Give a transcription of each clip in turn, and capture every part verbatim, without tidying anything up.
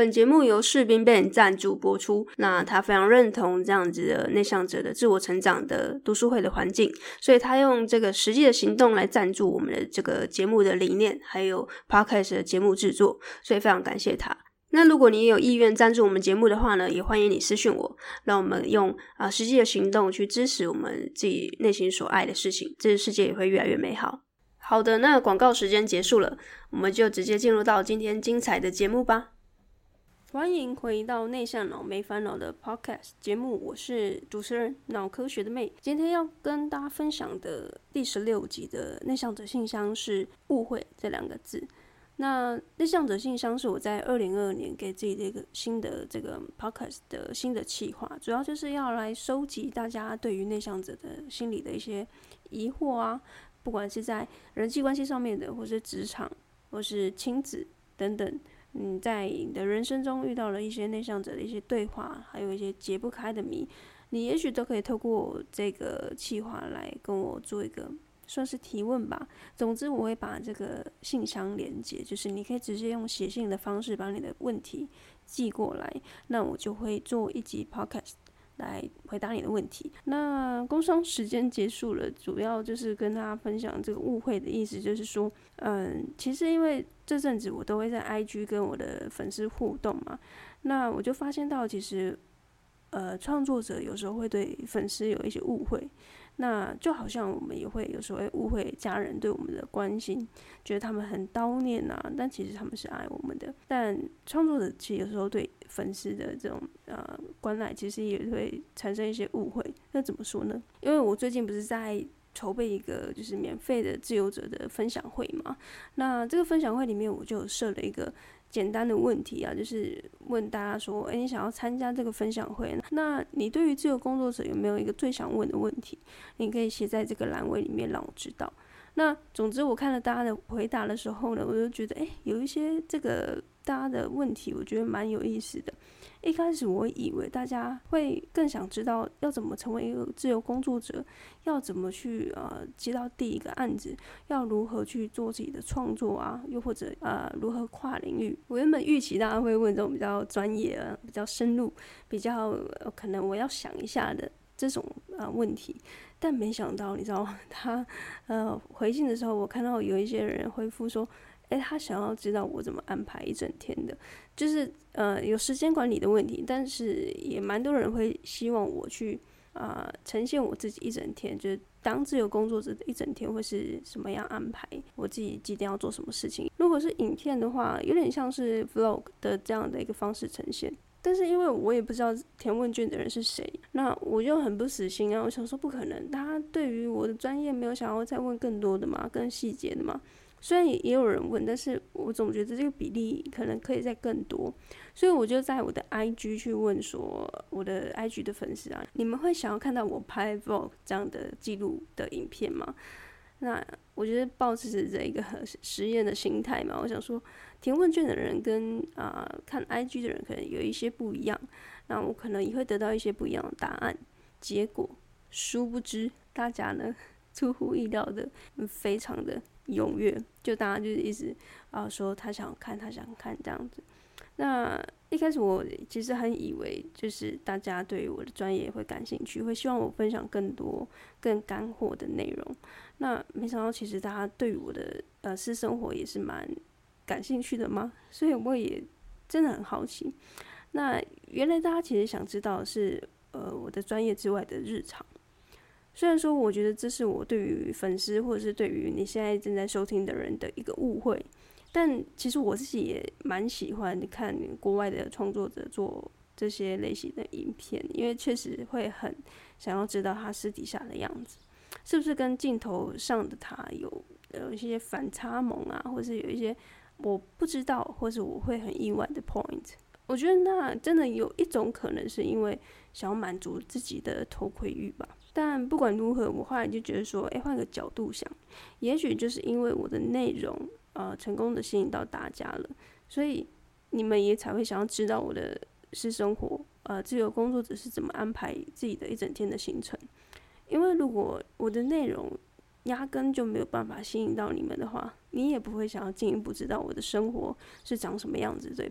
本节目由士兵 Band 赞助播出，那他非常认同这样子的内向者的自我成长的读书会的环境，所以他用这个实际的行动来赞助我们的这个节目的理念，还有 Podcast 的节目制作，所以非常感谢他。那如果你也有意愿赞助我们节目的话呢，也欢迎你私讯我，让我们用啊、呃、实际的行动去支持我们自己内心所爱的事情，这个世界也会越来越美好。好的，那广告时间结束了，我们就直接进入到今天精彩的节目吧。欢迎回到内向脑没烦恼的 Podcast 节目，我是主持人脑科学的妹。今天要跟大家分享的第十六集的内向者信箱是误会这两个字。那内向者信箱是我在二零二二年给自己的一个新的这个 podcast 的新的企划，主要就是要来收集大家对于内向者的心理的一些疑惑啊，不管是在人际关系上面的，或是职场，或是亲子等等。嗯，在你的人生中遇到了一些内向者的一些对话，还有一些解不开的谜，你也许都可以透过这个企划来跟我做一个算是提问吧。总之我会把这个信箱连结，就是你可以直接用写信的方式把你的问题寄过来，那我就会做一集 podcast 来回答你的问题。那工商时间结束了，主要就是跟大家分享这个误会的意思，就是说嗯，其实因为这阵子我都会在 I G 跟我的粉丝互动嘛，那我就发现到其实呃，创作者有时候会对粉丝有一些误会，那就好像我们也会有时候会误会家人对我们的关心，觉得他们很叨念啊，但其实他们是爱我们的。但创作者其实有时候对粉丝的这种呃关爱，其实也会产生一些误会。那怎么说呢？因为我最近不是在筹备一个就是免费的自由者的分享会嘛，那这个分享会里面我就设了一个简单的问题啊，就是问大家说，哎，你想要参加这个分享会，那你对于自由工作者有没有一个最想问的问题？你可以写在这个栏位里面让我知道。那总之我看了大家的回答的时候呢，我就觉得，哎，有一些这个大家的问题，我觉得蛮有意思的。一开始我以为大家会更想知道要怎么成为一个自由工作者，要怎么去呃接到第一个案子，要如何去做自己的创作啊，又或者呃如何跨领域。我原本预期大家会问这种比较专业啊、比较深入、比较、呃、可能我要想一下的这种呃问题，但没想到你知道他呃回信的时候，我看到有一些人回复说，哎，他想要知道我怎么安排一整天的，就是呃有时间管理的问题，但是也蛮多人会希望我去啊、呃、呈现我自己一整天，就是当自由工作者的一整天会是什么样安排，我自己几点要做什么事情。如果是影片的话，有点像是 vlog 的这样的一个方式呈现。但是因为我也不知道填问卷的人是谁，那我就很不死心啊！我想说不可能，他对于我的专业没有想要再问更多的嘛，更细节的嘛。虽然 也, 也有人问，但是我总觉得这个比例可能可以再更多，所以我就在我的 I G 去问说，我的 I G 的粉丝啊，你们会想要看到我拍 vlog 这样的记录的影片吗？那我觉得抱持着一个实验的心态嘛，我想说填问卷的人跟啊、呃、看 I G 的人可能有一些不一样，那我可能也会得到一些不一样的答案。结果殊不知大家呢出乎意料的非常的踊跃，就大家就是一直啊、呃、说他想看他想看这样子。那一开始我其实很以为就是大家对于我的专业会感兴趣，会希望我分享更多更干货的内容。那没想到其实大家对于我的呃私生活也是蛮感兴趣的嘛，所以我也真的很好奇。那原来大家其实想知道的是呃我的专业之外的日常。虽然说我觉得这是我对于粉丝或者是对于你现在正在收听的人的一个误会，但其实我自己也蛮喜欢看国外的创作者做这些类型的影片，因为确实会很想要知道他私底下的样子，是不是跟镜头上的他有有一些反差萌啊，或是有一些我不知道或是我会很意外的 point。 我觉得那真的有一种可能是因为想要满足自己的偷窥欲吧。但不管如何，我后来就觉得说，哎，换个角度想，也许就是因为我的内容呃成功的吸引到大家了，所以你们也才会想要知道我的私生活，呃，自由工作者是怎么安排自己的一整天的行程。因为如果我的内容压根就没有办法吸引到你们的话，你也不会想要进一步知道我的生活是长什么样子，对吧？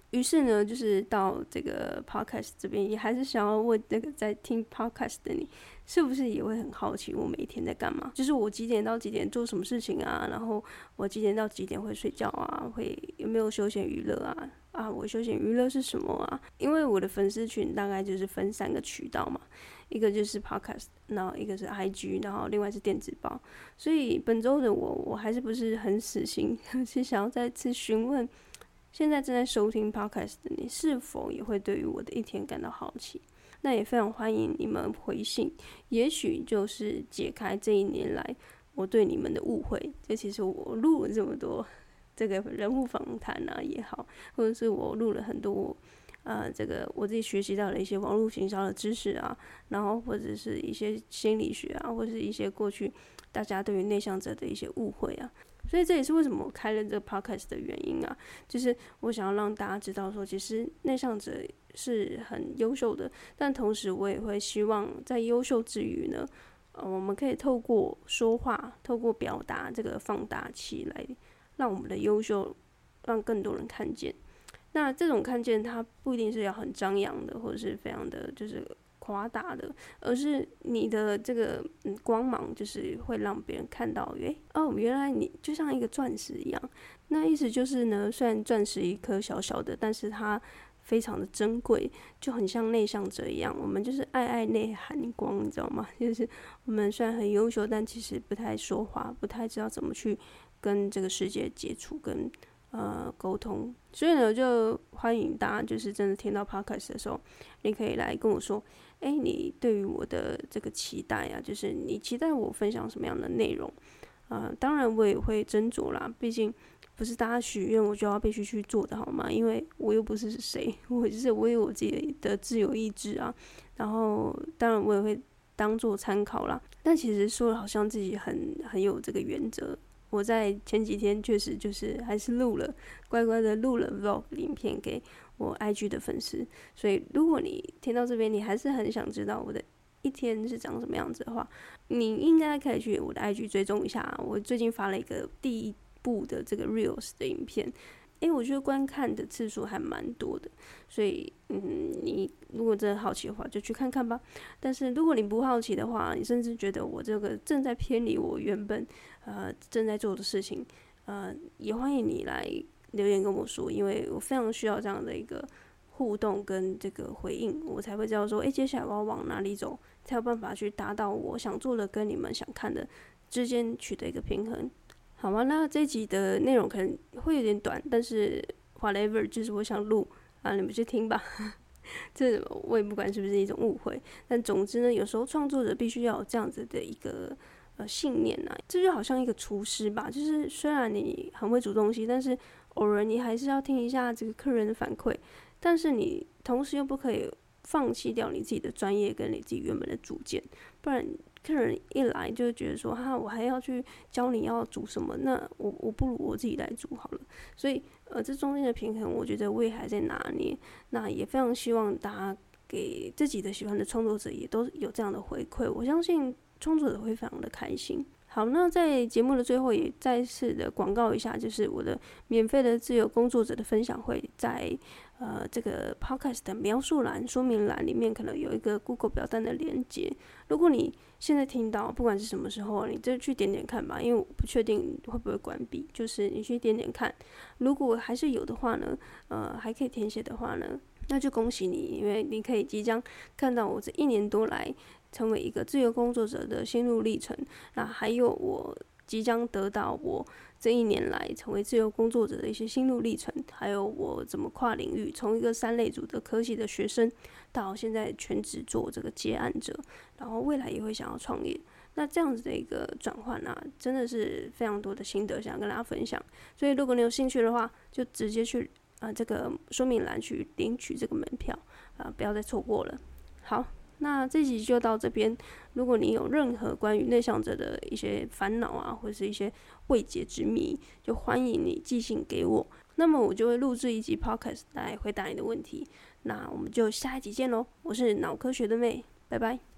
于是呢，就是到这个 podcast 这边，也还是想要问那个在听 podcast 的你，是不是也会很好奇我每一天在干嘛？就是我几点到几点做什么事情啊？然后我几点到几点会睡觉啊？会有没有休闲娱乐啊？啊，我休闲娱乐是什么啊？因为我的粉丝群大概就是分三个渠道嘛，一个就是 podcast， 然后一个是 I G， 然后另外是电子报。所以本周的我，我还是不是很死心，是想要再次询问。现在正在收听 podcast 的你，是否也会对于我的一天感到好奇？那也非常欢迎你们回信，也许就是解开这一年来我对你们的误会。这其实我录了这么多这个人物访谈啊也好，或者是我录了很多呃这个我自己学习到的一些网络行销的知识啊，然后或者是一些心理学啊，或者是一些过去大家对于内向者的一些误会啊。所以这也是为什么我开了这个 podcast 的原因啊，就是我想要让大家知道说，其实内向者是很优秀的，但同时我也会希望在优秀之余呢，呃，我们可以透过说话，透过表达这个放大器来让我们的优秀让更多人看见。那这种看见它不一定是要很张扬的，或者是非常的就是夸大的，而是你的这个嗯光芒，就是会让别人看到，诶，哦，原来你就像一个钻石一样。那意思就是呢，虽然钻石一颗小小的，但是它非常的珍贵，就很像内向者一样，我们就是爱爱内含光，你知道吗？就是我们虽然很优秀，但其实不太说话，不太知道怎么去跟这个世界接触，跟呃沟通。所以呢，就欢迎大家就是真的听到 podcast 的时候，你可以来跟我说，哎，你对于我的这个期待啊，就是你期待我分享什么样的内容？呃，当然我也会斟酌啦，毕竟不是大家许愿我就要必须去做的好吗？因为我又不是谁，我就是我有我自己的自由意志啊。然后当然我也会当做参考啦，但其实说的好像自己很很有这个原则。我在前几天确实就是还是录了，乖乖的录了 vlog 影片给我 I G 的粉丝，所以如果你听到这边，你还是很想知道我的一天是长什么样子的话，你应该可以去我的 I G 追踪一下。我最近发了一个第一部的这个 reels 的影片，诶，我觉得观看的次数还蛮多的，所以嗯，你如果真的好奇的话，就去看看吧。但是如果你不好奇的话，你甚至觉得我这个正在偏离我原本呃正在做的事情，呃，也欢迎你来留言跟我说，因为我非常需要这样的一个互动跟这个回应，我才会知道说，诶，接下来我要往哪里走，才有办法去达到我想做的跟你们想看的之间取得一个平衡。好吧，那这一集的内容可能会有点短，但是 whatever， 就是我想录啊，你们去听吧。这我也不管是不是一种误会，但总之呢，有时候创作者必须要有这样子的一个呃信念啊，这就好像一个厨师吧，就是虽然你很会煮东西，但是偶尔你还是要听一下这个客人的反馈，但是你同时又不可以放弃掉你自己的专业跟你自己原本的主见，不然客人一来就会觉得说，哈，我还要去教你要煮什么，那我我不如我自己来煮好了。所以呃，这中间的平衡，我觉得我也还在拿捏。那也非常希望大家给自己的喜欢的创作者也都有这样的回馈，我相信创作者会非常的开心。好，那在节目的最后也再次的广告一下，就是我的免费的自由工作者的分享会，在呃这个 podcast 的描述栏、说明栏里面可能有一个 Google 表单的连接。如果你现在听到，不管是什么时候，你就去点点看吧，因为我不确定会不会关闭，就是你去点点看。如果还是有的话呢，呃，还可以填写的话呢，那就恭喜你，因为你可以即将看到我这一年多来成为一个自由工作者的心路历程，那还有我即将得到我这一年来成为自由工作者的一些心路历程，还有我怎么跨领域，从一个三类组的科系的学生，到现在全职做这个接案者，然后未来也会想要创业。那这样子的一个转换啊，真的是非常多的心得想要跟大家分享。所以如果你有兴趣的话，就直接去呃这个说明栏去领取这个门票啊、呃，不要再错过了。好。那这集就到这边。如果你有任何关于内向者的一些烦恼啊，或者是一些未解之谜，就欢迎你寄信给我。那么我就会录制一集 podcast 来回答你的问题。那我们就下一集见咯，我是脑科学的妹，拜拜。